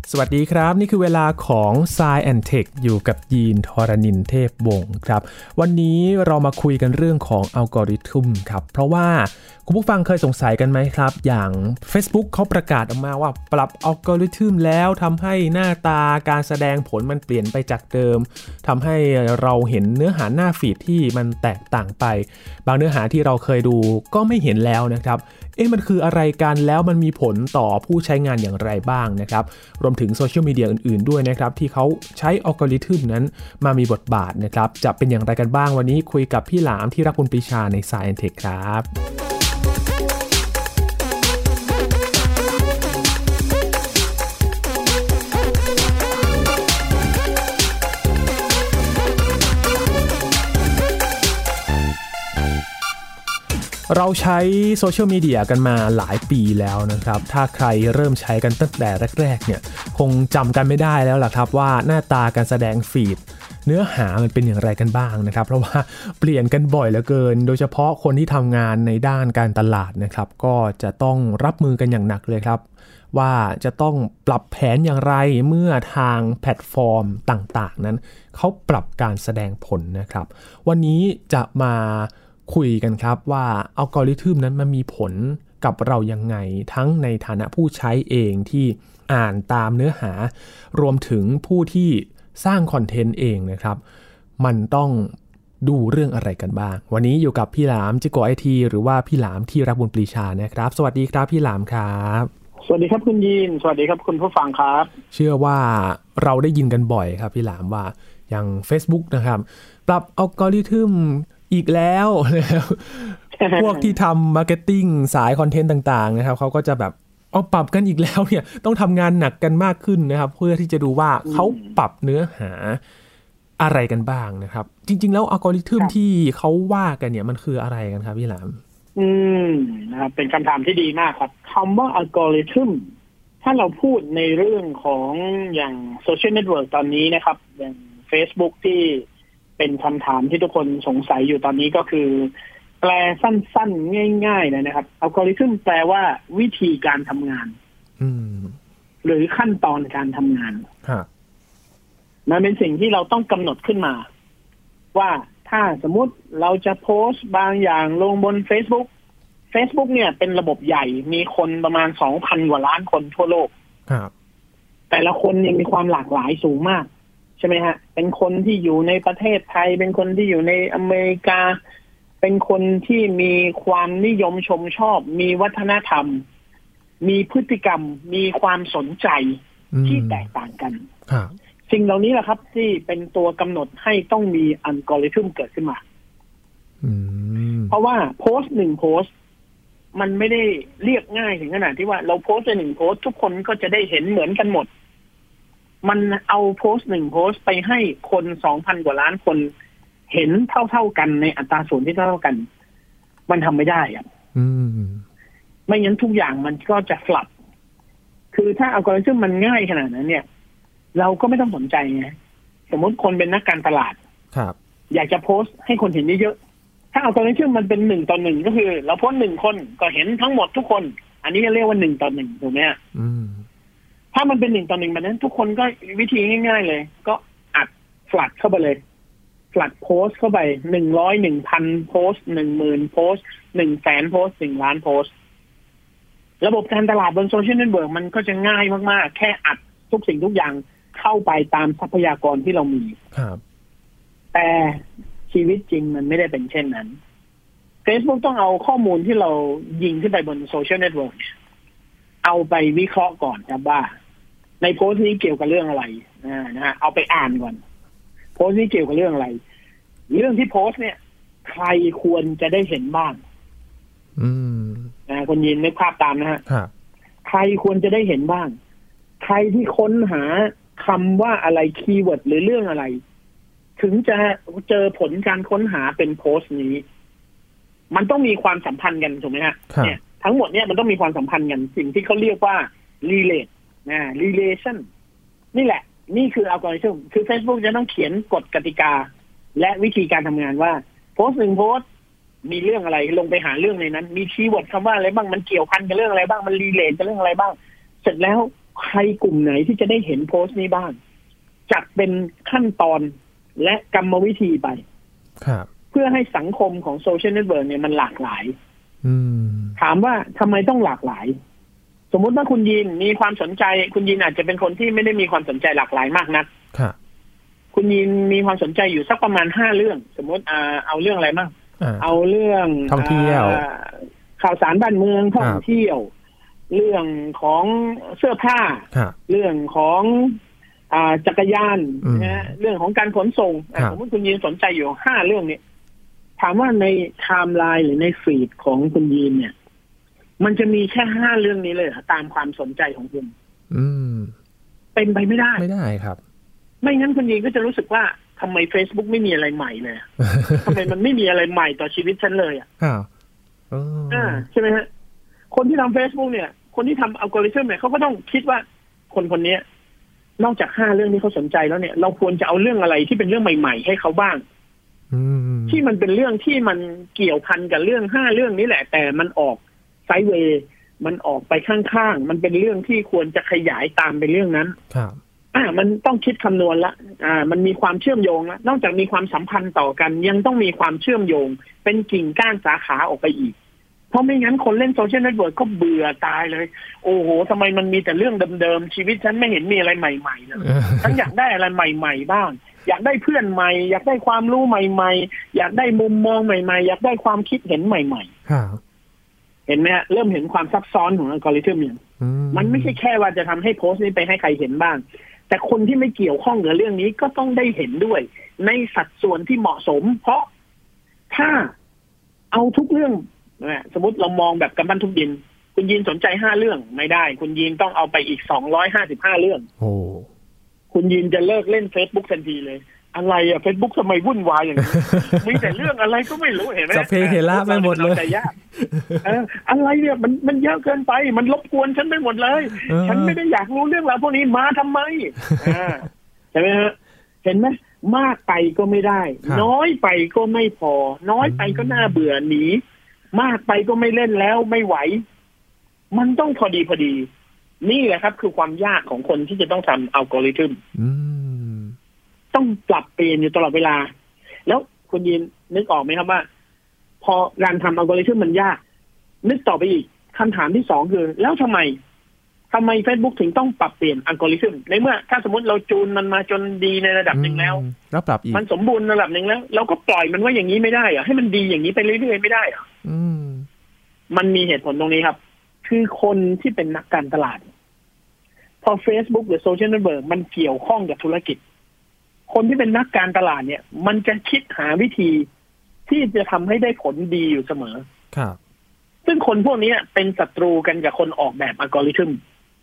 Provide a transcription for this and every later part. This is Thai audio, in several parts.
สวัสดีครับนี่คือเวลาของ Science and Tech อยู่กับยีนทรณินเทพวงศ์ครับวันนี้เรามาคุยกันเรื่องของอัลกอริทึมครับเพราะว่าคุณผู้ฟังเคยสงสัยกันไหมครับอย่าง Facebook เขาประกาศออกมาว่าปรับอัลกอริทึมแล้วทำให้หน้าตาการแสดงผลมันเปลี่ยนไปจากเดิมทำให้เราเห็นเนื้อหาหน้าฟีดที่มันแตกต่างไปบางเนื้อหาที่เราเคยดูก็ไม่เห็นแล้วนะครับมันคืออะไรกันแล้วมันมีผลต่อผู้ใช้งานอย่างไรบ้างนะครับรวมถึงโซเชียลมีเดียอื่นๆด้วยนะครับที่เขาใช้อัลกอริทึมนั้นมามีบทบาทนะครับจะเป็นอย่างไรกันบ้างวันนี้คุยกับพี่หลามที่รักบุญปรีชาใน Science and Tech ครับเราใช้โซเชียลมีเดียกันมาหลายปีแล้วนะครับถ้าใครเริ่มใช้กันตั้งแต่แรกๆเนี่ยคงจำกันไม่ได้แล้วล่ะครับว่าหน้าตาการแสดงฟีดเนื้อหามันเป็นอย่างไรกันบ้างนะครับเพราะว่าเปลี่ยนกันบ่อยเหลือเกินโดยเฉพาะคนที่ทำงานในด้านการตลาดนะครับก็จะต้องรับมือกันอย่างหนักเลยครับว่าจะต้องปรับแผนอย่างไรเมื่อทางแพลตฟอร์มต่างๆนั้นเขาปรับการแสดงผลนะครับวันนี้จะมาคุยกันครับว่าอัลกอริทึมนั้นมันมีผลกับเรายังไงทั้งในฐานะผู้ใช้เองที่อ่านตามเนื้อหารวมถึงผู้ที่สร้างคอนเทนต์เองนะครับมันต้องดูเรื่องอะไรกันบ้างวันนี้อยู่กับพี่หลามจิโกไอทีหรือว่าพี่หลามที่รักบุญปรีชานะครับสวัสดีครับพี่หลามครับสวัสดีครับคุณยีนสวัสดีครับคุณผู้ฟังครับเชื่อว่าเราได้ยินกันบ่อยครับพี่หลามว่าอย่าง Facebook นะครับปรับอัลกอริทึมอีกแล้วพวกที่ทำมาร์เก็ตติ้งสายคอนเทนต์ต่างๆนะครับเขาก็จะแบบเอาปรับกันอีกแล้วเนี่ยต้องทำงานหนักกันมากขึ้นนะครับเพื่อที่จะดูว่าเขาปรับเนื้อหาอะไรกันบ้างนะครับจริงๆแล้วอัลกอริทึมที่เขาว่ากันเนี่ยมันคืออะไรกันครับพี่หลามนะครับเป็นคำถามที่ดีมากครับคำว่าอัลกอริทึมถ้าเราพูดในเรื่องของอย่างโซเชียลเน็ตเวิร์กตอนนี้นะครับอย่าง Facebook ที่เป็นคำถามที่ทุกคนสงสัยอยู่ตอนนี้ก็คือแปลสั้นๆง่ายๆเลยนะครับอัลกอริทึมแปลว่าวิธีการทำงานหรือขั้นตอนการทำงานมันเป็นสิ่งที่เราต้องกำหนดขึ้นมาว่าถ้าสมมุติเราจะโพสต์บางอย่างลงบน Facebook เนี่ยเป็นระบบใหญ่มีคนประมาณ 2,000 กว่าล้านคนทั่วโลกแต่ละคนยังมีความหลากหลายสูงมากใช่ไหมฮะเป็นคนที่อยู่ในประเทศไทยเป็นคนที่อยู่ในอเมริกาเป็นคนที่มีความนิยมชมชอบมีวัฒนธรรมมีพฤติกรรมมีความสนใจที่แตกต่างกันสิ่งเหล่านี้แหละครับที่เป็นตัวกำหนดให้ต้องมีอัลกอริทึมเกิดขึ้นมาเพราะว่าโพสต์1โพสต์มันไม่ได้เรียกง่ายถึงขนาดที่ว่าเราโพสต์1โพสต์ทุกคนก็จะได้เห็นเหมือนกันหมดมันเอาโพสต์1โพสต์ไปให้คน 2,000 กว่าล้านคนเห็นเท่าๆกันในอัตราส่วนที่เท่ากันมันทำไม่ได้อ่ะไม่งั้นทุกอย่างมันก็จะฟลัดคือถ้าอัลกอริทึมมันง่ายขนาดนั้นเนี่ยเราก็ไม่ต้องสนใจไงสมมติคนเป็นนักการตลาดครับอยากจะโพสต์ให้คนเห็นเยอะๆถ้าอัลกอริทึมมันเป็น1 ต่อ 1ก็คือเราโพสต์1คนก็เห็นทั้งหมดทุกคนอันนี้เรียกว่า1 ต่อ 1ถูกไหมฮะถ้ามันเป็น1 ต่อ 1แบบนั้นทุกคนก็วิธีง่ายๆเลยก็อัดฟลัดเข้าไปเลยฟลัดโพสต์เข้าไป100 1,000 โพสต์ 10,000 โพสต์ 100,000 โพสต์ 1 ล้านโพสต์ระบบการตลาดบนโซเชียลเน็ตเวิร์กมันก็จะง่ายมากๆแค่อัดทุกสิ่งทุกอย่างเข้าไปตามทรัพยากรที่เรามีแต่ชีวิตจริงมันไม่ได้เป็นเช่นนั้น Facebook ต้องเอาข้อมูลที่เรายิงขึ้นไปบนโซเชียลเน็ตเวิร์กเอาไปวิเคราะห์ก่อนครับว่าในโพสต์นี้เกี่ยวกับเรื่องอะไรนะฮะเอาไปอ่านก่อนโพสต์นี้เกี่ยวกับเรื่องอะไรเรื่องที่โพสต์เนี่ยใครควรจะได้เห็นบ้างคนยินนึกภาพตามนะฮะใครควรจะได้เห็นบ้างใครที่ค้นหาคำว่าอะไรคีย์เวิร์ดหรือเรื่องอะไรถึงจะเจอผลการค้นหาเป็นโพสต์นี้มันต้องมีความสัมพันธ์กันถูกไหมฮะเนี่ยทั้งหมดเนี่ยมันต้องมีความสัมพันธ์กันสิ่งที่เขาเรียกว่า relate relation นี่แหละนี่คืออัลกอริทึมคือ Facebook จะต้องเขียนกฎกติกาและวิธีการทำงานว่าโพสต์1โพสต์มีเรื่องอะไรลงไปหาเรื่องในนั้นมีคีย์เวิร์ดคำว่าอะไรบ้างมันเกี่ยวพันกับเรื่องอะไรบ้างมัน relate กับเรื่องอะไรบ้างเสร็จแล้วใครกลุ่มไหนที่จะได้เห็นโพสต์นี้บ้างจัดเป็นขั้นตอนและกรรมวิธีไปเพื่อให้สังคมของโซเชียลเน็ตเวิร์กเนี่ยมันหลากหลายถามว่าทำไมต้องหลากหลายสมมุติว่าคุณยินมีความสนใจคุณยินอาจจะเป็นคนที่ไม่ได้มีความสนใจหลากหลายมากนักคุณยินมีความสนใจอยู่สักประมาณ5เรื่องสมมติเอาเรื่องอะไรบ้างเอาเรื่องท่องเที่ยวข่าวสารบ้านเมืองท่องเที่ยวเรื่องของเสื้อผ้าเรื่องของจักรยานนะเรื่องของการขนส่งสมมติคุณยินสนใจอยู่5เรื่องนี้ถามว่าในไทม์ไลน์หรือในฟีดของคุณยินเนี่ยมันจะมีแค่5เรื่องนี้เลยตามความสนใจของคุณเป็นไปไม่ได้ครับไม่งั้นคุณยินก็จะรู้สึกว่าทำไม Facebook ไม่มีอะไรใหม่เลยทำไมมันไม่มีอะไรใหม่ต่อชีวิตฉันเลยใช่ไหมฮะคนที่ทำ Facebook เนี่ยคนที่ทำอัลกอริทึมเนี่ยเขาก็ต้องคิดว่าคนนี้นอกจาก5เรื่องที่เขาสนใจแล้วเนี่ยเราควรจะเอาเรื่องอะไรที่เป็นเรื่องใหม่ๆให้เขาบ้างที่มันเป็นเรื่องที่มันเกี่ยวพันกับเรื่อง5เรื่องนี้แหละแต่มันออกไซด์เวย์มันออกไปข้างๆมันเป็นเรื่องที่ควรจะขยายตามไปเรื่องนั้นมันต้องคิดคำนวณละมันมีความเชื่อมโยงละนอกจากมีความสัมพันธ์ต่อกันยังต้องมีความเชื่อมโยงเป็นกิ่งก้านสาขาออกไปอีกเพราะไม่งั้นคนเล่นโซเชียลเน็ตเวิร์กก็เบื่อตายเลยโอ้โหทำไมมันมีแต่เรื่องเดิมๆชีวิตฉันไม่เห็นมีอะไรใหม่ๆเลยฉันอยากได้อะไรใหม่ๆบ้างอยากได้เพื่อนใหม่อยากได้ความรู้ใหม่ๆอยากได้มุมมองใหม่ๆอยากได้ความคิดเห็นใหม่ๆเห็นไหมฮะเริ่มเห็นความซับซ้อนของอัลกอริทึมอย่างมันไม่ใช่แค่ว่าจะทำให้โพสต์นี้ไปให้ใครเห็นบ้างแต่คนที่ไม่เกี่ยวข้องกับเรื่องนี้ก็ต้องได้เห็นด้วยในสัดส่วนที่เหมาะสมเพราะถ้าเอาทุกเรื่องสมมติเรามองแบบกำปั้นทุบดินคุณยินสนใจ5เรื่องไม่ได้คุณยินต้องเอาไปอีก255เรื่องคุณยินจะเลิกเล่น Facebook ทันทีเลยอะไรFacebook ทำไมวุ่นวายอย่างนี้มีแต่เรื่องอะไรก็ไม่รู้เห็นไหมสัพเพเหระไปหมดเลยอะไรเนี่ยมันเยอะเกินไปมันรบกวนฉันไปหมดเลยฉันไม่ได้อยากรู้เรื่องราวพวกนี้มาทำไมใช่ไหมฮะเห็นไหมมากไปก็ไม่ได้น้อยไปก็ไม่พอน้อยไปก็น่าเบื่อหนีมากไปก็ไม่เล่นแล้วไม่ไหวมันต้องพอดีนี่แหละครับคือความยากของคนที่จะต้องทำอัลกอริทึมต้องปรับเปลี่ยนอยู่ตลอดเวลาแล้วคุณยินนึกออกไหมครับว่าพอการทำอัลกอริทึมมันยากนึกต่อไปอีกคำถามที่2คือแล้วทำไม Facebook ถึงต้องปรับเปลี่ยนอัลกอริทึมในเมื่อถ้าสมมติเราจูนมันมาจนดีในระดับหนึ่งแล้วปรับอีกมันสมบูรณ์ระดับหนึ่งแล้วเราก็ปล่อยมันไว้อย่างนี้ไม่ได้เหรอให้มันดีอย่างนี้ไปเรื่อยๆไม่ได้เหรอมันมีเหตุผลตรงนี้ครับคือคนที่เป็นนักการตลาดพอ Facebook หรือโซเชียลเน็ตเวิร์กมันเกี่ยวข้องกับธุรกิจคนที่เป็นนักการตลาดเนี่ยมันจะคิดหาวิธีที่จะทำให้ได้ผลดีอยู่เสมอครับซึ่งคนพวกนี้เป็นศัตรูกันกับคนออกแบบอัลกอริทึม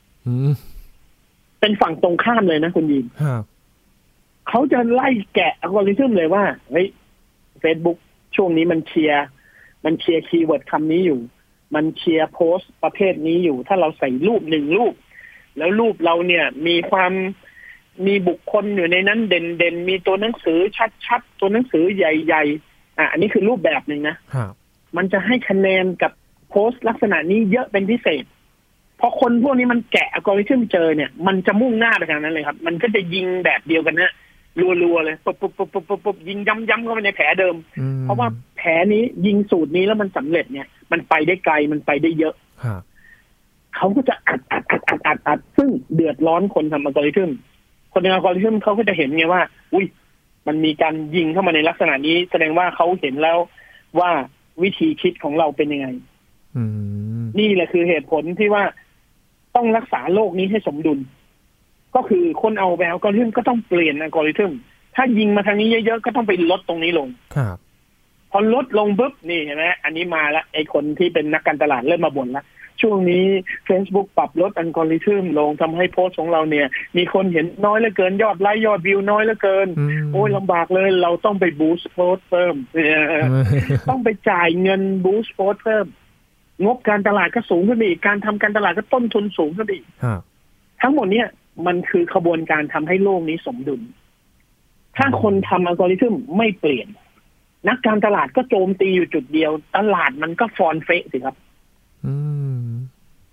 เป็นฝั่งตรงข้ามเลยนะคุณยินเขาจะไล่แกะอัลกอริทึมเลยว่าเฮ้ย Facebook ช่วงนี้มันเชียร์คีย์เวิร์ดคำนี้อยู่มันเชียร์โพสต์ประเภทนี้อยู่ถ้าเราใส่รูป1รูปแล้วรูปเราเนี่ยมีบุคคลอยู่ในนั้นเด่นๆมีตัวหนังสือชัดๆตัวหนังสือใหญ่ๆอันนี้คือรูปแบบหนึ่งนะมันจะให้คะแนนกับโพสต์ลักษณะนี้เยอะเป็นพิเศษเพราะคนพวกนี้มันแกะอัลกอริทึมเจอเนี่ยมันจะมุ่งหน้าไปทางนั้นเลยครับมันก็จะยิงแบบเดียวกันนะรัวๆเลยปุ๊บยิงย้ำๆเข้าไปในแผลเดิมเพราะว่าแผลนี้ยิงสูตรนี้แล้วมันสำเร็จเนี่ยมันไปได้ไกลมันไปได้เยอะเขาก็จะอัดซึ่งเดือดร้อนคนทำอัลกอริทึมคนในอัลกอริทึมเขาก็จะเห็นไงว่าอุ้ยมันมีการยิงเข้ามาในลักษณะนี้แสดงว่าเขาเห็นแล้วว่าวิธีคิดของเราเป็นยังไงนี่แหละคือเหตุผลที่ว่าต้องรักษาโลกนี้ให้สมดุลก็คือคนเอาแบบอัลกอริทึมก็ต้องเปลี่ยนอัลกอริทึมถ้ายิงมาทางนี้เยอะๆก็ต้องไปลดตรงนี้ลงพอลดลงปุ๊บนี่เห็นไหมอันนี้มาแล้วไอ้คนที่เป็นนักการตลาดเริ่มมาบ่นแล้วช่วงนี้ Facebook ปรับลดอัลกอริทึมลงทำให้โพสต์ของเราเนี่ยมีคนเห็นน้อยเหลือเกินยอดไลค์ยอดวิวน้อยเหลือเกินโอ้ยลำบากเลยเราต้องไปบูสต์โพสต์เพิ่ม ต้องไปจ่ายเงินบูสต์โพสต์เพิ่มงบการตลาดก็สูงขึ้นอีกการทำการตลาดก็ต้นทุนสูงขึ้นอีกทั้งหมดเนี่ยมันคือขบวนการทำให้โลกนี้สมดุลถ้าคนทำอัลกอริทึมไม่เปลี่ยนนักการตลาดก็โจมตีอยู่จุดเดียวตลาดมันก็ฟอนเฟะสิครับ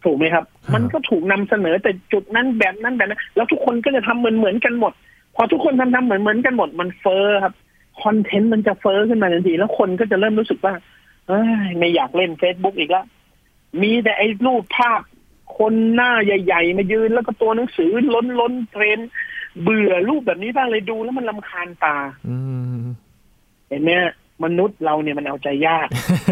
ถูกไหมครับมันก็ถูกนำเสนอแต่จุดนั้นแบบนั้นแล้วทุกคนก็จะทำเหมือนกันหมดพอทุกคนทำเหมือนกันหมดมันเฟ้อครับคอนเทนต์มันจะเฟ้อขึ้นมาทันทีแล้วคนก็จะเริ่มรู้สึกว่าไม่อยากเล่น Facebook อีกแล้วมีแต่ไอ้รูปภาพคนหน้าใหญ่ๆมายืนแล้วก็ตัวหนังสือล้นเทรนเบื่อรูปแบบนี้บ้างเลยดูแล้วมันรำคาญตาเห็นไหมมนุษย์เราเนี่ยมันเอาใจยาก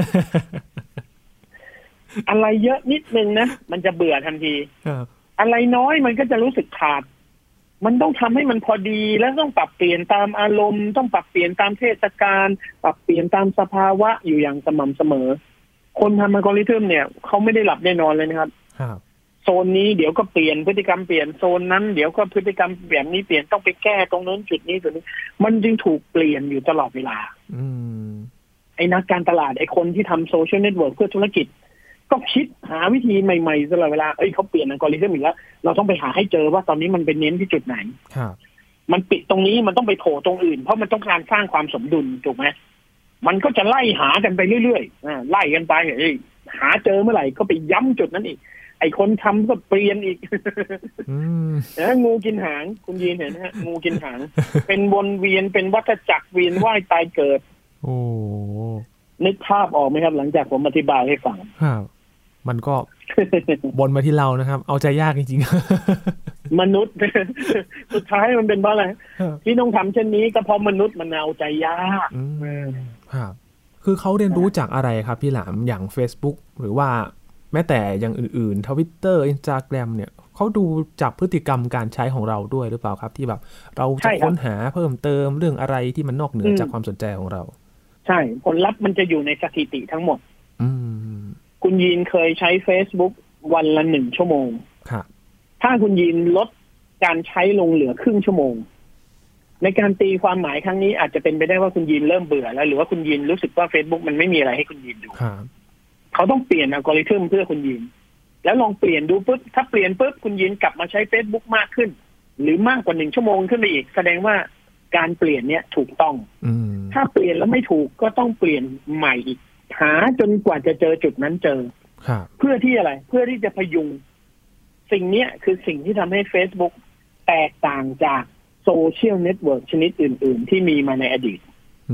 อะไรเยอะนิดนึงนะมันจะเบื่อทันทีอะไรน้อยมันก็จะรู้สึกขาดมันต้องทำให้มันพอดีแล้วต้องปรับเปลี่ยนตามอารมณ์ต้องปรับเปลี่ยนตามเทศกาลปรับเปลี่ยนตามสภาวะอยู่อย่างสม่ำเสมอคนทำอัลกอริทึมเนี่ยเขาไม่ได้หลับแน่นอนเลยนะครับโซนนี้เดี๋ยวก็เปลี่ยนพฤติกรรมเปลี่ยนโซนนั้นเดี๋ยวก็พฤติกรรมแบบนี้เปลี่ยนต้องไปแก้ตรงนั้นจุดนี้มันจึงถูกเปลี่ยนอยู่ตลอดเวลาไอ้นักการตลาดไอ้คนที่ทำโซเชียลเน็ตเวิร์กเพื่อธุรกิจก็คิดหาวิธีใหม่ๆตลอดเวลาเขาเปลี่ยนอัลกอริทึมอีกแล้วเราต้องไปหาให้เจอว่าตอนนี้มันเป็นเน้นที่จุดไหนมันปิดตรงนี้มันต้องไปโผล่ตรงอื่นเพราะมันต้องการสร้างความสมดุลถูกไหมมันก็จะไล่หากันไปเรื่อยๆไล่กันไปหาเจอเมื่อไหร่ก็ไปย้ำจุดนั้นอีกไอ้คนทำก็เปลี่ยนอีกงูกินหางคุณยีนเห็นนะฮะงูกินหางเป็นวนเวียนเป็นวัฏจักรเวียนว่ายตายเกิดโอ้นึกภาพออกไหมครับหลังจากผมอธิบายให้ฟังครับมันก็บนมาที่เรานะครับเอาใจยากจริงๆมนุษย์สุดท้ายมันเป็นเพราะอะไรที่ต้องทำเช่นนี้ก็เพราะมนุษย์มันเอาใจยากครับคือเขาเรียนรู้จากอะไรครับพี่หลามอย่าง Facebook หรือว่าแม้แต่อย่างอื่นๆ Twitter Instagram เนี่ยเขาดูจากพฤติกรรมการใช้ของเราด้วยหรือเปล่าครับที่แบบเราจะค้นหาเพิ่มเติมเรื่องอะไรที่มันนอกเหนือจากความสนใจของเราใช่ผลลัพธ์มันจะอยู่ในสถิติทั้งหมดคุณยีนเคยใช้ Facebook วันละ1 ชั่วโมงครับถ้าคุณยีนลดการใช้ลงเหลือครึ่งชั่วโมงในการตีความหมายครั้งนี้อาจจะเป็นไปได้ว่าคุณยีนเริ่มเบื่อแล้วหรือว่าคุณยีนรู้สึกว่า Facebook มันไม่มีอะไรให้คุณยีนดูเขาต้องเปลี่ยนอัลกอริทึมเพื่อคุณยีนแล้วลองเปลี่ยนดูปุ๊บถ้าเปลี่ยนปุ๊บคุณยีนกลับมาใช้ Facebook มากขึ้นหรือมากกว่า1 ชั่วโมงขึ้นไปอีกแสดงว่าการเปลี่ยนเนี้ยถูกต้องถ้าเปลี่ยนแล้วไม่ถูกก็ต้องเปลี่ยนใหม่อีกหาจนกว่าจะเจอจุดนั้นเจอเพื่อที่อะไรเพื่อที่จะพยุงสิ่งนี้คือสิ่งที่ทำให้ Facebook แตกต่างจากโซเชียลเน็ตเวิร์กชนิดอื่นๆที่มีมาในอดีต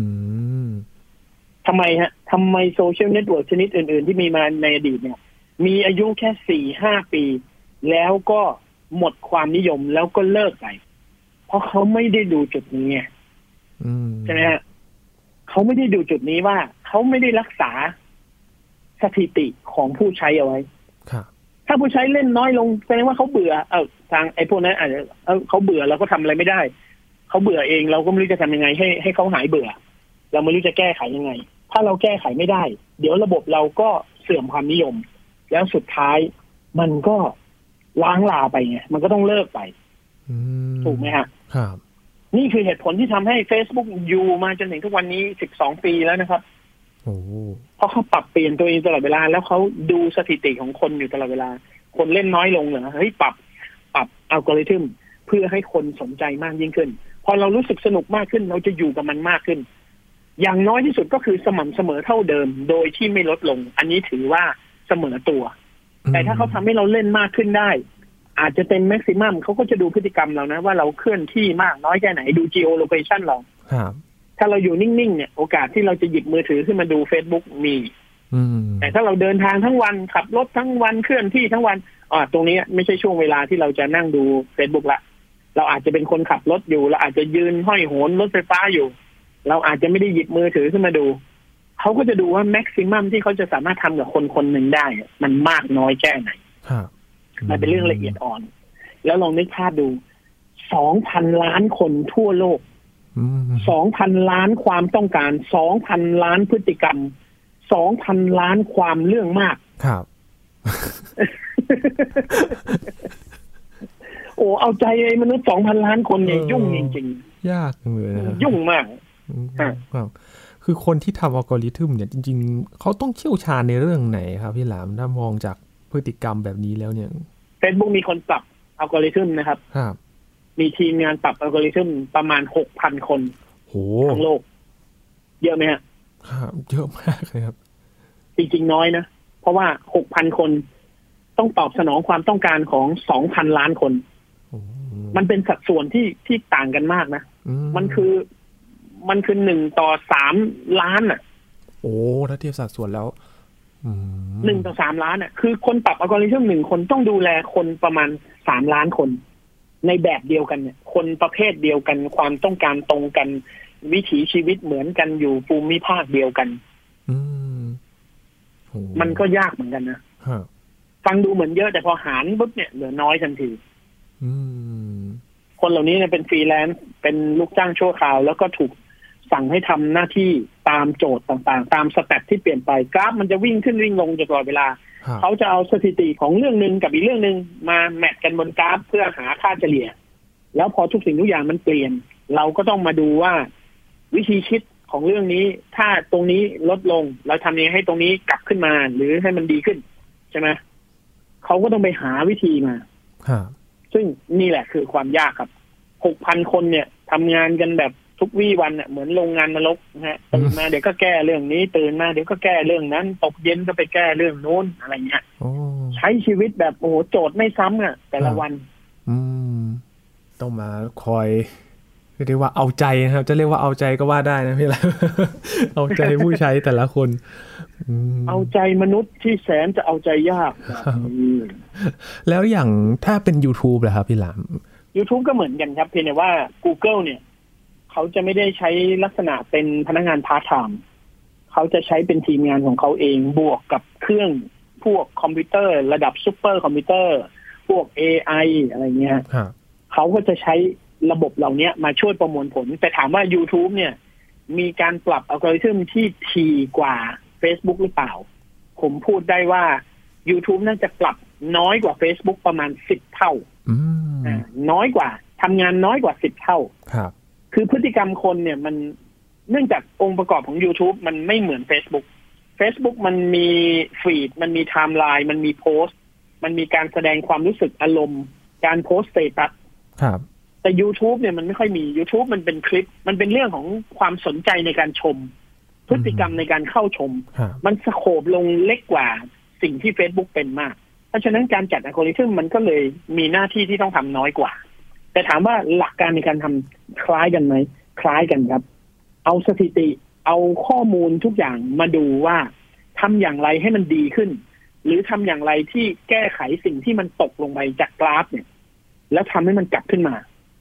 ทำไมทำไมโซเชียลเน็ตเวิร์กชนิดอื่นๆที่มีมาในอดีตเนี่ยมีอายุแค่ 4-5 ปีแล้วก็หมดความนิยมแล้วก็เลิกไปเพราะเขาไม่ได้ดูจุดนี้ไงใช่ไหมฮะเขาไม่ได้ดูจุดนี้ว่าเขาไม่ได้รักษาสถิติของผู้ใช้เอาไว้ถ้าผู้ใช้เล่นน้อยลงแสดงว่าเขาเบื่อทางไอ้พวกนั้นอาจจะเขาเบื่อเราก็ทำอะไรไม่ได้เขาเบื่อเองเราก็ไม่รู้จะทำยังไงให้เขาหายเบื่อเราไม่รู้จะแก้ไขยังไงถ้าเราแก้ไขไม่ได้เดี๋ยวระบบเราก็เสื่อมความนิยมแล้วสุดท้ายมันก็ล้างลาไปไงมันก็ต้องเลิกไปถูกไหมฮะครับนี่คือเหตุผลที่ทำให้ Facebook อยู่มาจนถึงทุกวันนี้12 ปีแล้วนะครับเพราะเขาปรับเปลี่ยนตัวเองตลอดเวลาแล้วเขาดูสถิติของคนอยู่ตลอดเวลาคนเล่นน้อยลงเหรอเฮ้ยปรับอัลกอริทึมเพื่อให้คนสนใจมากยิ่งขึ้นพอเรารู้สึกสนุกมากขึ้นเราจะอยู่กับมันมากขึ้นอย่างน้อยที่สุดก็คือสม่ำเสมอเท่าเดิมโดยที่ไม่ลดลงอันนี้ถือว่าเสมอตัวแต่ถ้าเขาทำให้เราเล่นมากขึ้นได้อาจจะเป็นแม็กซิมัมเขาก็จะดูพฤติกรรมเรานะว่าเราเคลื่อนที่มากน้อยแค่ไหนดู geolocation เราถ้าเราอยู่นิ่งๆเนี่ยโอกาสที่เราจะหยิบมือถือขึ้นมาดู Facebook มีแต่ถ้าเราเดินทางทั้งวันขับรถทั้งวันเคลื่อนที่ทั้งวันตรงนี้ไม่ใช่ช่วงเวลาที่เราจะนั่งดู Facebook ละเราอาจจะเป็นคนขับรถอยู่เราอาจจะยืนห้อยโหนรถไฟฟ้าอยู่เราอาจจะไม่ได้หยิบมือถือขึ้นมาดูเขาก็จะดูว่าแม็กซิมัมที่เขาจะสามารถทำกับคนคนหนึ่งได้มันมากน้อยแค่ไหนมันเป็นเรื่องละเอียดอ่อนแล้วลองนึกภาพดู 2,000 ล้านคนทั่วโลก 2,000 ล้านความต้องการ 2,000 ล้านพฤติกรรม 2,000 ล้านความเรื่องมากครับ โอ้เอาใจมนุษย์ 2,000 ล้านคนเนี่ยยุ่งจริงๆยากเลยยุ่งมากครับคือคนที่ทำอัลกอริทึมเนี่ยจริงๆเขาต้องเชี่ยวชาญในเรื่องไหนครับพี่หลามถ้ามองจากพฤติกรรมแบบนี้แล้วเนี่ย Facebook มีคนปรับอัลกอริทึมนะครับมีทีมงานปรับอัลกอริทึมประมาณ 6,000 คนทั้งโลกเยอะไหมฮะครับเยอะมากเลยครับจริงๆน้อยนะเพราะว่า 6,000 คนต้องตอบสนองความต้องการของ 2,000 ล้านคนมันเป็นสัดส่วนที่ต่างกันมากนะมันคือ1 ต่อ 3 ล้านอ่ะโอ้ถ้าเทียบสัดส่วนแล้ว 1 ต่อ 3 ล้านอ่ะคือคนปรับอัลกอริทึม1 คนต้องดูแลคนประมาณ3 ล้านคนในแบบเดียวกันเนี่ยคนประเภทเดียวกันความต้องการตรงกันวิถีชีวิตเหมือนกันอยู่ภูมิภาคเดียวกันมันก็ยากเหมือนกันนะฟังดูเหมือนเยอะแต่พอหารปุ๊บเนี่ยเหลือน้อยทันทีคนเหล่านี้เนี่ยเป็นฟรีแลนซ์เป็นลูกจ้างชั่วคราวแล้วก็ถูกสั่งให้ทำหน้าที่ตามโจทย์ต่างๆตามสเต็ปที่เปลี่ยนไปกราฟมันจะวิ่งขึ้นวิ่งลงตลอดเวลาเขาจะเอาสถิติของเรื่องนึงกับอีกเรื่องนึงมาแมทกันบนกราฟเพื่อหาค่าเฉลี่ยแล้วพอทุกสิ่งทุกอย่างมันเปลี่ยนเราก็ต้องมาดูว่าวิธีคิดของเรื่องนี้ถ้าตรงนี้ลดลงเราทำยังไงให้ตรงนี้กลับขึ้นมาหรือให้มันดีขึ้นใช่ไหมเขาก็ต้องไปหาวิธีมาซึ่งนี่แหละคือความยากครับ 6,000 คนเนี่ยทำงานกันแบบทุกวี่วันเนี่ยเหมือนโรงงานนรกนะฮะตื่นมาเดี๋ยวก็แก้เรื่องนี้ตื่นมาเดี๋ยวก็แก้เรื่องนั้นตกเย็นก็ไปแก้เรื่องโน้นอะไรเงี้ยใช้ชีวิตแบบโอ้โหโจทย์ไม่ซ้ำอ่ะแต่ละวันต้องมาคอยเรียกว่าเอาใจนะครับจะเรียกว่าเอาใจก็ว่าได้นะพี่ละ เอาใจผู้ใช้แต่ละคนเอาใจมนุษย์ที่แสนจะเอาใจยากแล้วอย่างถ้าเป็น YouTube เหรอครับพี่หลาม YouTube ก็เหมือนกันครับเพียงแต่ว่า Google เนี่ยเขาจะไม่ได้ใช้ลักษณะเป็นพนักงานพาร์ทไทม์เขาจะใช้เป็นทีมงานของเขาเองบวกกับเครื่องพวกคอมพิวเตอร์ระดับซุปเปอร์คอมพิวเตอร์พวก AI อะไรเงี้ยเขาก็จะใช้ระบบเหล่านี้มาช่วยประมวลผลแต่ถามว่า YouTube เนี่ยมีการปรับอัลกอริทึมที่ถี่กว่า Facebook หรือเปล่าผมพูดได้ว่า YouTube น่าจะปรับน้อยกว่า Facebook ประมาณ10 เท่าน้อยกว่าทำงานน้อยกว่า10 เท่าคือพฤติกรรมคนเนี่ยมันเนื่องจากองค์ประกอบของ YouTube มันไม่เหมือน Facebook มันมีฟีดมันมีไทม์ไลน์มันมีโพสต์มันมีการแสดงความรู้สึกอารมณ์การโพสต์สเตตัสแต่ YouTube เนี่ยมันไม่ค่อยมี YouTube มันเป็นคลิปมันเป็นเรื่องของความสนใจในการชมพฤติกรรมในการเข้าชมมันสโคปลงเล็กกว่าสิ่งที่ Facebook เป็นมากเพราะฉะนั้นการจัดอัลกอริทึมมันก็เลยมีหน้าที่ที่ต้องทำน้อยกว่าแต่ถามว่าหลักการในการทำคล้ายกันไหมคล้ายกันครับเอาสถิติเอาข้อมูลทุกอย่างมาดูว่าทำอย่างไรให้มันดีขึ้นหรือทำอย่างไรที่แก้ไขสิ่งที่มันตกลงไปจากกราฟเนี่ยแล้วทำให้มันกลับขึ้นมา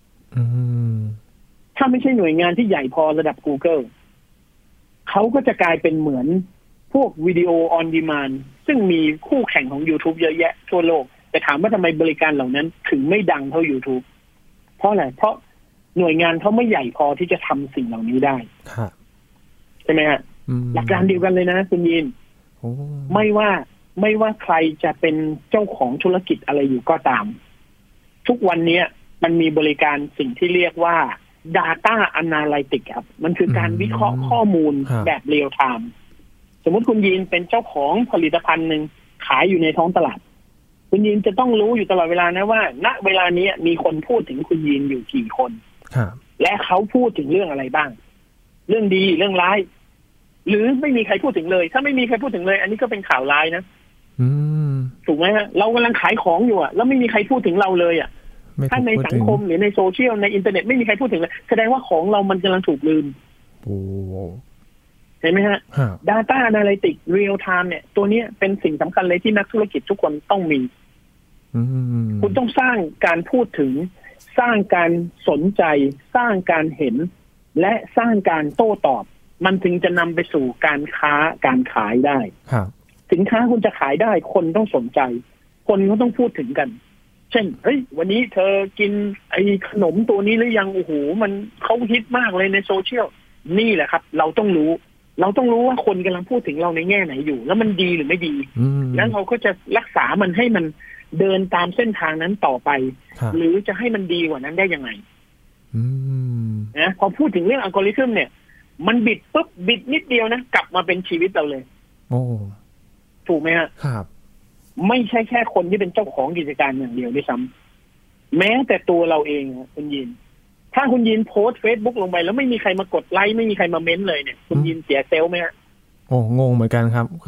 ถ้าไม่ใช่หน่วยงานที่ใหญ่พอระดับ Google เขาก็จะกลายเป็นเหมือนพวกวิดีโอออนดีมานด์ซึ่งมีคู่แข่งของ YouTube เยอะแยะทั่วโลกแต่ถามว่าทำไมบริการเหล่านั้นถึงไม่ดังเท่า YouTube เพราะอะไรเพราะหน่วยงานเขาไม่ใหญ่พอที่จะทำสิ่งเหล่านี้ได้ใช่ไหมฮะหลักการเดียวกันเลยนะคุณยินไม่ว่าใครจะเป็นเจ้าของธุรกิจอะไรอยู่ก็ตามทุกวันนี้มันมีบริการสิ่งที่เรียกว่า Data Analytics ครับมันคือการวิเคราะห์ข้อมูลแบบเรียลไทม์สมมติคุณยินเป็นเจ้าของผลิตภัณฑ์หนึ่งขายอยู่ในท้องตลาดคุณยินจะต้องรู้อยู่ตลอดเวลานะว่าณเวลานี้มีคนพูดถึงคุณยินอยู่กี่คนและเขาพูดถึงเรื่องอะไรบ้างเรื่องดีเรื่องร้ายหรือไม่มีใครพูดถึงเลยถ้าไม่มีใครพูดถึงเลยอันนี้ก็เป็นข่าวร้ายนะถูกไหมฮะเรากำลังขายของอยู่อ่ะแล้วไม่มีใครพูดถึงเราเลยอ่ะถ้าในสังคมหรือในโซเชียลในอินเทอร์เน็ตไม่มีใครพูดถึงเลยแสดงว่าของเรามันกำลังถูกลืมเห็นไหมฮะ Data Analytics Real Time เนี่ยตัวนี้เป็นสิ่งสำคัญเลยที่นักธุรกิจทุกคนต้องมีคุณต้องสร้างการพูดถึงสร้างการสนใจสร้างการเห็นและสร้างการโต้ตอบมันถึงจะนำไปสู่การค้าการขายได้สินค้าคุณจะขายได้คนต้องสนใจคนก็ต้องพูดถึงกันเช่นเฮ้ยวันนี้เธอกินไอ้ขนมตัวนี้หรือยังโอ้โหมันเขาฮิตมากเลยในโซเชียลนี่แหละครับเราต้องรู้ว่าคนกำลังพูดถึงเราในแง่ไหนอยู่แล้วมันดีหรือไม่ดีแล้วเราก็จะรักษามันให้มันเดินตามเส้นทางนั้นต่อไปหรือจะให้มันดีกว่านั้นได้ยังไงนะพอพูดถึงเรื่องอัลกอริทึมเนี่ยมันบิดปุ๊บบิดนิดเดียวนะกลับมาเป็นชีวิตเราเลยโอ้ถูกไหมฮะครับไม่ใช่แค่คนที่เป็นเจ้าของกิจการอย่างเดียวด้วยซ้ำแม้แต่ตัวเราเองคุณยินถ้าคุณยินโพสต์ Facebook ลงไปแล้วไม่มีใครมากดไลค์ไม่มีใครมาเม้นเลยเนี่ยคุณยินเสียเซลล์ไหมฮะโอ้งงเหมือนกันครับคือ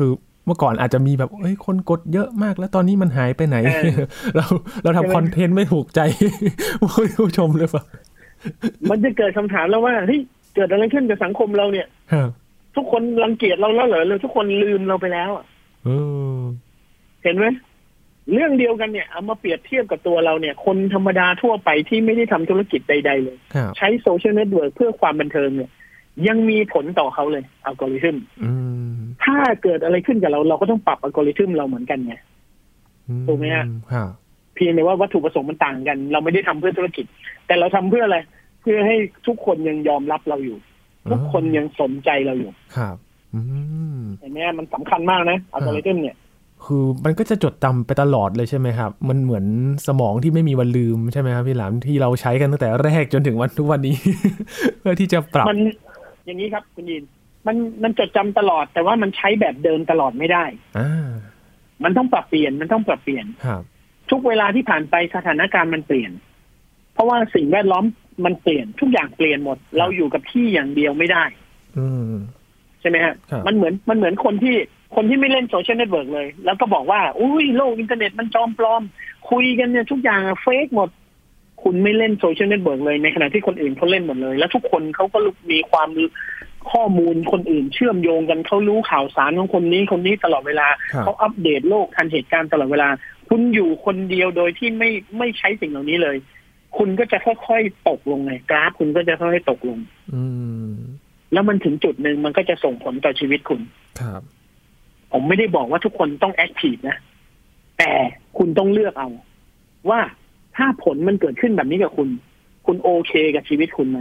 เมื่อก่อนอาจจะมีแบบคนกดเยอะมากแล้วตอนนี้มันหายไปไหน เราทำคอนเทนต์ไม่ถูกใจ ผู้ชมเลยป่ะมันจะเกิดคำถามแล้วว่าเฮ้ยเกิดอะไรขึ้นกับสังคมเราเนี่ยทุกคนรังเกียจเราแล้วเหรอเลยทุกคนลืมเราไปแล้วเห็นไหมเรื่องเดียวกันเนี่ยเอามาเปรียบเทียบกับตัวเราเนี่ยคนธรรมดาทั่วไปที่ไม่ได้ทำธุรกิจใดๆเลยใช้โซเชียลเน็ตเวิร์กเพื่อความบันเทิงเนี่ยยังมีผลต่อเขาเลยอัลกอริทึมถ้าเกิดอะไรขึ้นกับเราก็ต้องปรับอัลกอริทึมเราเหมือนกันไงถูกไหมฮะเพียงแต่ว่าวัตถุประสงค์มันต่างกันเราไม่ได้ทำเพื่อธุรกิจแต่เราทำเพื่ออะไรเพื่อให้ทุกคนยังยอมรับเราอยู่ทุกคนยังสนใจเราอยู่ครับอันนี้มันสำคัญมากนะอัลกอริทึมเนี่ยคือมันก็จะจดจำไปตลอดเลยใช่ไหมครับมันเหมือนสมองที่ไม่มีวันลืมใช่ไหมครับพี่หลามที่เราใช้กันตั้งแต่แรกจนถึงวันทุกวันนี้ เพื่อที่จะปรับมันอย่างนี้ครับคุณยินมันจดจำตลอดแต่ว่ามันใช้แบบเดิมตลอดไม่ได้มันต้องปรับเปลี่ยนครับทุกเวลาที่ผ่านไปสถานการณ์มันเปลี่ยนเพราะว่าสิ่งแวดล้อมมันเปลี่ยนทุกอย่างเปลี่ยนหมดเราอยู่กับที่อย่างเดียวไม่ได้ใช่ไหมฮะมันเหมือนคนที่ไม่เล่นโซเชียลเน็ตเวิร์กเลยแล้วก็บอกว่าอุ้ยโลกอินเทอร์เน็ตมันจอมปลอมคุยกันเนี่ยทุกอย่างเฟกหมดคุณไม่เล่นโซเชียลเน็ตเวิร์กเลยในขณะที่คนอื่นเขาเล่นหมดเลยแล้วทุกคนเขาก็มีความข้อมูลคนอื่นเชื่อมโยงกันเขารู้ข่าวสารของคนนี้ตลอดเวลาเขาอัปเดตโลกทันเหตุการณ์ตลอดเวลาคุณอยู่คนเดียวโดยที่ไม่ใช้สิ่งเหล่านี้เลยคุณก็จะค่อยๆตกลงไงกราฟคุณก็จะค่อยๆตกลงแล้วมันถึงจุดนึงมันก็จะส่งผลต่อชีวิตคุณครับผมไม่ได้บอกว่าทุกคนต้องแอคทีฟนะแต่คุณต้องเลือกเอาว่าถ้าผลมันเกิดขึ้นแบบนี้กับคุณโอเคกับชีวิตคุณไหม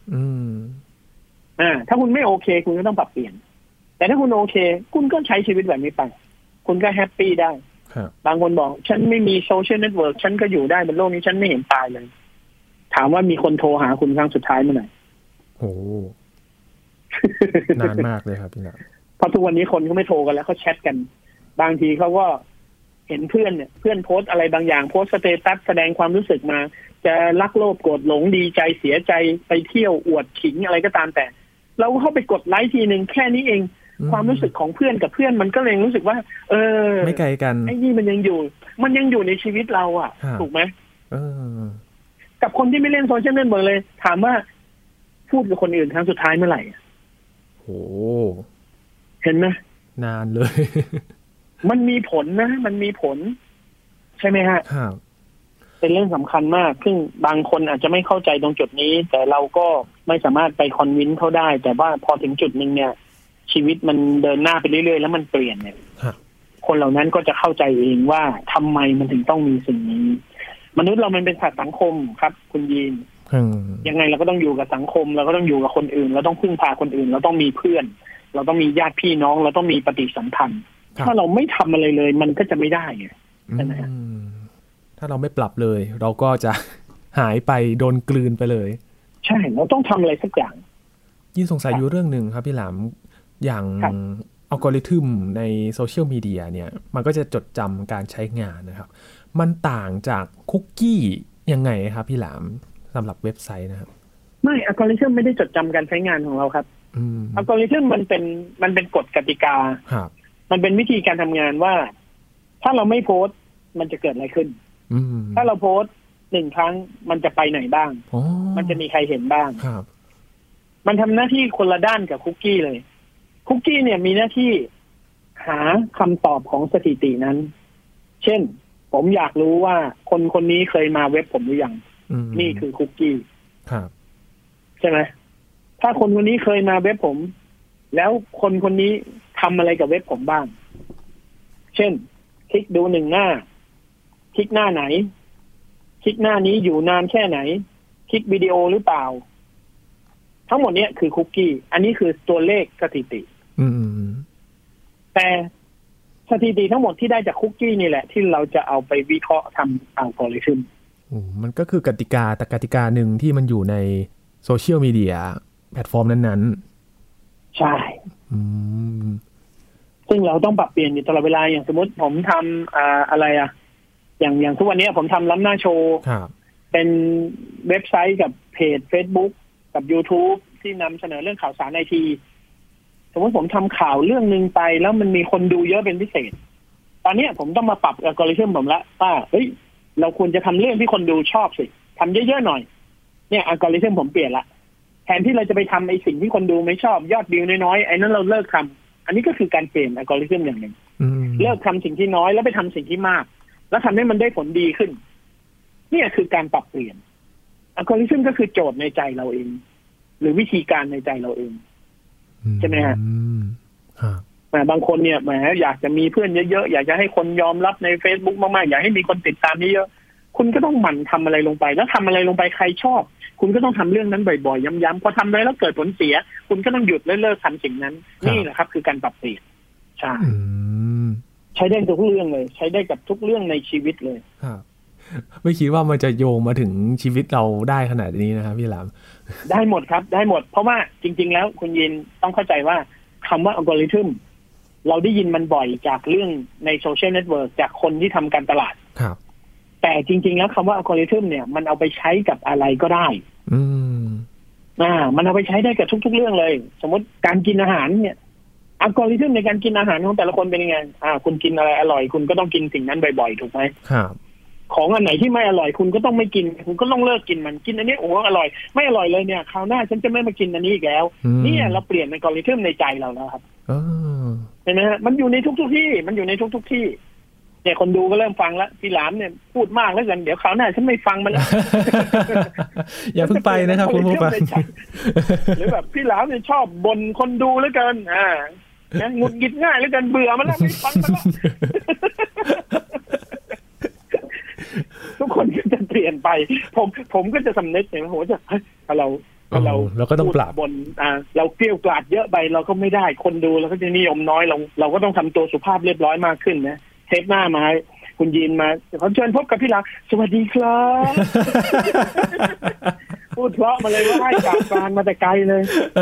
ถ้าคุณไม่โอเคคุณก็ต้องปรับเปลี่ยนแต่ถ้าคุณโอเคคุณก็ใช้ชีวิตแบบนี้ไปคุณก็แฮปปี้ได้บางคนบอกฉันไม่มีโซเชียลเน็ตเวิร์กฉันก็อยู่ได้บนโลกนี้ฉันไม่เห็นตายเลยถามว่ามีคนโทรหาคุณครั้งสุดท้ายเมื่อไหร่โอ้ นานมากเลยครับพี่นะเพราะทุกวันนี้คนเขาไม่โทรกันแล้วเขาแชทกันบางทีเขาก็เห็นเพื่อนโพสอะไรบางอย่างโพสสเตตัสแสดงความรู้สึกมาจะรักโลภโกรธหลงดีใจเสียใจไปเที่ยวอวดขิงอะไรก็ตามแต่เราเข้าไปกดไลค์ทีนึงแค่นี้เองความรู้สึกของเพื่อนกับเพื่อนมันก็เลยรู้สึกว่าไม่ไกลกันไอ้นี่มันยังอยู่ในชีวิตเราอ่ะถูกไหมกับคนที่ไม่เล่นโซเชียลเน็ตเวิร์กเลยถามว่าพูดกับคนอื่นครั้งสุดท้ายเมื่อไหร่โอ้เห็นไหมนานเลยมันมีผลนะมันมีผลใช่ไหมฮะครับเป็นเรื่องสำคัญมากซึ่งบางคนอาจจะไม่เข้าใจตรงจุดนี้แต่เราก็ไม่สามารถไปคอนวินส์เขาได้แต่ว่าพอถึงจุดนึงเนี่ยชีวิตมันเดินหน้าไปเรื่อยๆแล้วมันเปลี่ยนเนี่ยคนเหล่านั้นก็จะเข้าใจเองว่าทำไมมันถึงต้องมีสิ่งนี้มนุษย์เรามันเป็นสัตว์สังคมครับคุณยีนยังไงเราก็ต้องอยู่กับสังคมเราก็ต้องอยู่กับคนอื่นเราต้องพึ่งพาคนอื่นเราต้องมีเพื่อนเราต้องมีญาติพี่น้องเราต้องมีปฏิสัมพันธ์ถ้าเราไม่ทำอะไรเลยมันก็จะไม่ได้ไงใช่ไหมถ้าเราไม่ปรับเลยเราก็จะหายไปโดนกลืนไปเลยใช่เราต้องทำอะไรสักอย่างยินสงสัยอยู่เรื่องหนึ่งครับพี่หลามอย่างอัลกอริทึมในโซเชียลมีเดียเนี่ยมันก็จะจดจำการใช้งานนะครับมันต่างจากคุกกี้ยังไงครับพี่หลามสำหรับเว็บไซต์นะครับไม่อัลกอริทึมไม่ได้จดจำการใช้งานของเราครับอัลกอริทึมมันเป็นกฎกติกามันเป็นวิธีการทำงานว่าถ้าเราไม่โพสต์มันจะเกิดอะไรขึ้นถ้าเราโพสต์1 ครั้งมันจะไปไหนบ้างมันจะมีใครเห็นบ้างมันทำหน้าที่คนละด้านกับคุกกี้เลยคุกกี้เนี่ยมีหน้าที่หาคำตอบของสถิตินั้นเช่นผมอยากรู้ว่าคนนี้เคยมาเว็บผมหรือยังนี่คือคุกกี้ใช่ไหมถ้าคนนี้เคยมาเว็บผมแล้วคนนี้ทำอะไรกับเว็บผมบ้างเช่นคลิกดู1 หน้าคลิกหน้าไหนคลิกหน้านี้อยู่นานแค่ไหนคลิกวิดีโอหรือเปล่าทั้งหมดนี้คือคุกกี้อันนี้คือตัวเลขสถิติแต่สถิติทั้งหมดที่ได้จากคุกกี้นี่แหละที่เราจะเอาไปวิเคราะห์ทำอัลกอริทึมมันก็คือกติกาแต่กติกาหนึ่งที่มันอยู่ในโซเชียลมีเดียแพลตฟอร์มนั้นๆใช่ซึ่งเราต้องปรับเปลี่ยนอยู่ตลอดเวลาอย่างสมมติผมทำอะไรอย่างทุกวันนี้ผมทำล้ำหน้าโชว์เป็นเว็บไซต์กับเพจ Facebook กับ YouTube ที่นำเสนอเรื่องข่าวสารไอทีสมมติผมทำข่าวเรื่องนึงไปแล้วมันมีคนดูเยอะเป็นพิเศษตอนนี้ผมต้องมาปรับอัลกอริทึมผมละว่าเราควรจะทำเรื่องที่คนดูชอบสิทำเยอะๆหน่อยเนี่ยอัลกอริทึมผมเปลี่ยนละแทนที่เราจะไปทำไอ้สิ่งที่คนดูไม่ชอบยอดวิวน้อยๆไอ้นั้นเราเลิกทำอันนี้ก็คือการเปลี่ยนอัลกอริทึมอย่างหนึ่งเลิกทำสิ่งที่น้อยแล้วไปทำสิ่งที่มากแล้วทำให้มันได้ผลดีขึ้นเนี่ยคือการปรับเปลี่ยนอัลกอริทึมก็คือโจทย์ในใจเราเองหรือวิธีการในใจเราเองใช่ไหมฮะบางคนเนี่ยแหมอยากจะมีเพื่อนเยอะๆอยากจะให้คนยอมรับใน Facebook มากๆอยากให้มีคนติดตามเยอะๆคุณก็ต้องหมั่นทำอะไรลงไปแล้วทำอะไรลงไปใครชอบคุณก็ต้องทำเรื่องนั้นบ่อยๆย้ำๆพอทำไปแล้วเกิดผลเสียคุณก็ต้องหยุดและเลิกทำสิ่งนั้นนี่แหละครับคือการปรับเปลี่ยนใช่ใช้ได้ทุกเรื่องเลยใช้ได้กับทุกเรื่องในชีวิตเลยไม่คิดว่ามันจะโยงมาถึงชีวิตเราได้ขนาดนี้นะครับพี่หลามได้หมดครับได้หมดเพราะว่าจริงๆแล้วคุณยินต้องเข้าใจว่าคำว่าอัลกอริทึมเราได้ยินมันบ่อยจากเรื่องในโซเชียลเน็ตเวิร์กจากคนที่ทำการตลาดครับแต่จริงๆแล้วคำว่าอัลกอริทึมเนี่ยมันเอาไปใช้กับอะไรก็ได้มันเอาไปใช้ได้กับทุกๆเรื่องเลยสมมติการกินอาหารเนี่ยอัลกอริทึมในการกินอาหารของแต่ละคนเป็นยังไงคุณกินอะไรอร่อยคุณก็ต้องกินสิ่งนั้นบ่อยๆถูกไหมครับของอันไหนที่ไม่อร่อยคุณก็ต้องไม่กินคุณก็ต้องเลิกกินมันกินอันนี้อร่อยไม่อร่อยเลยเนี่ยคราวหน้าฉันจะไม่มากินอันนี้อีกแล้วนี่เราเปลี่ยนอัลกอริทึมในใจเราแล้วครับเห็นไหมฮะมันอยู่ในทุกๆที่มันอยู่ในทุกๆที่เนี่ยคนดูก็เริ่มฟังแล้วพี่หลามเนี่ยพูดมากแล้วกันเดี๋ยวคราวหน้าฉันไม่ฟังมันแล้วอย่าเพิ่งไปนะครับคุณผู้ฟังหรือแบบพี่หลามเนี่ยชอบบ่นคนดูแล้วกันหงุดหงิดง่ายแล้วกันเบื่อมันแล้วไม่ฟังมันแล้วทุกคนก็จะเปลี่ยนไปผมก็จะสำนึกอย่างผมจะเราก็ต้องปรับบนเราเกลี้ยกล่อมเยอะไปเราก็ไม่ได้คนดูเราก็จะนิยมน้อยเราก็ต้องทำตัวสุภาพเรียบร้อยมากขึ้นนะเทปหน้ามาคุณยินมาขอเชิญพบกับพี่หลามสวัสดีครับพูดเพราะมาเลยว่าให้จากกลางมาแต่ไกลเลย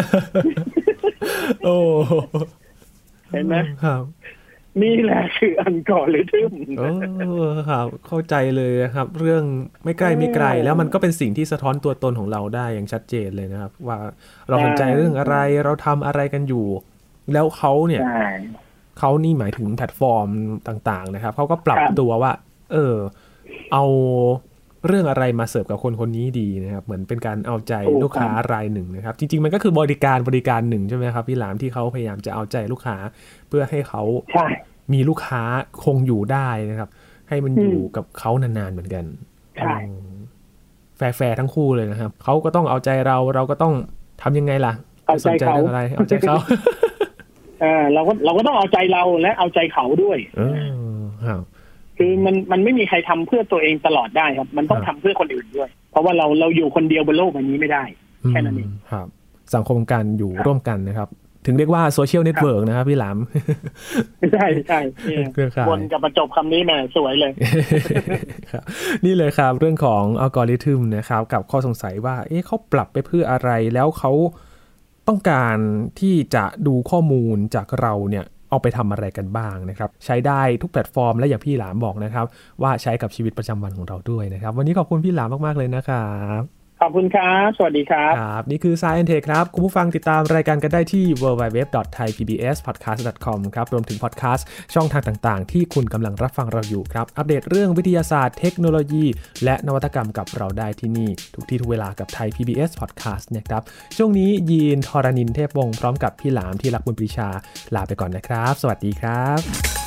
โอ้เห็นไหมครับนี่แหละคืออัลกอริทึมครับเข้าใจเลยครับเรื่องไม่ใกล้ไม่ไกลแล้วมันก็เป็นสิ่งที่สะท้อนตัวตนของเราได้อย่างชัดเจนเลยนะครับว่าเราสนใจเรื่องอะไรเราทำอะไรกันอยู่แล้วเขาเนี่ยเขานี่หมายถึงแพลตฟอร์มต่างๆนะครับเขาก็ปรับตัวว่าเอาเรื่องอะไรมาเสิร์ฟกับคนคนนี้ดีนะครับเหมือนเป็นการเอาใจลูกค้ารายหนึ่งนะครับจริงๆมันก็คือบริการหนึ่งใช่ไหมครับพี่หลามที่เขาพยายามจะเอาใจลูกค้าเพื่อให้เขามีลูกค้าคงอยู่ได้นะครับให้มันอยู่กับเขานานๆเหมือนกันแฟร์ทั้งคู่เลยนะครับเขาก็ต้องเอาใจเราก็ต้องทำยังไงล่ะสนใจเรื่องอะไรเอาใจเขาเราก็ต้องเอาใจเราและเอาใจเขาด้วยคือมันไม่มีใครทำเพื่อตัวเองตลอดได้ครับมันต้องทำเพื่อคนอื่นด้วยเพราะว่าเราอยู่คนเดียวบนโลกใบนี้ไม่ได้แค่นั้นเองครับสังคมการอยู่ร่วมกันนะครับถึงเรียกว่าโซเชียลเน็ตเวิร์กนะครับพี่หลามใช่วนกับประจบคำนี้แม่สวยเลยนี่เลยครับเรื่องของอัลกอริทึมนะครับกับข้อสงสัยว่าเขาปรับไปเพื่ออะไรแล้วเขาต้องการที่จะดูข้อมูลจากเราเนี่ยเอาไปทำอะไรกันบ้างนะครับใช้ได้ทุกแพลตฟอร์มและอย่างพี่หลามบอกนะครับว่าใช้กับชีวิตประจำวันของเราด้วยนะครับวันนี้ขอบคุณพี่หลามมากๆเลยนะครับขอบคุณครับสวัสดีครับครับนี่คือ Science Tech ครับคุณผู้ฟังติดตามรายการกันได้ที่ www.thaipbspodcast.com ครับรวมถึงพอดแคสต์ช่องทางต่างๆที่คุณกำลังรับฟังเราอยู่ครับอัปเดตเรื่องวิทยาศาสตร์เทคโนโลยีและนวัตกรรมกับเราได้ที่นี่ทุกที่ทุกเวลากับ Thai PBS Podcast นะครับช่วงนี้ยีนทรณินเทพวงศ์พร้อมกับพี่หลามที่รักบุญปรีชาลาไปก่อนนะครับสวัสดีครับ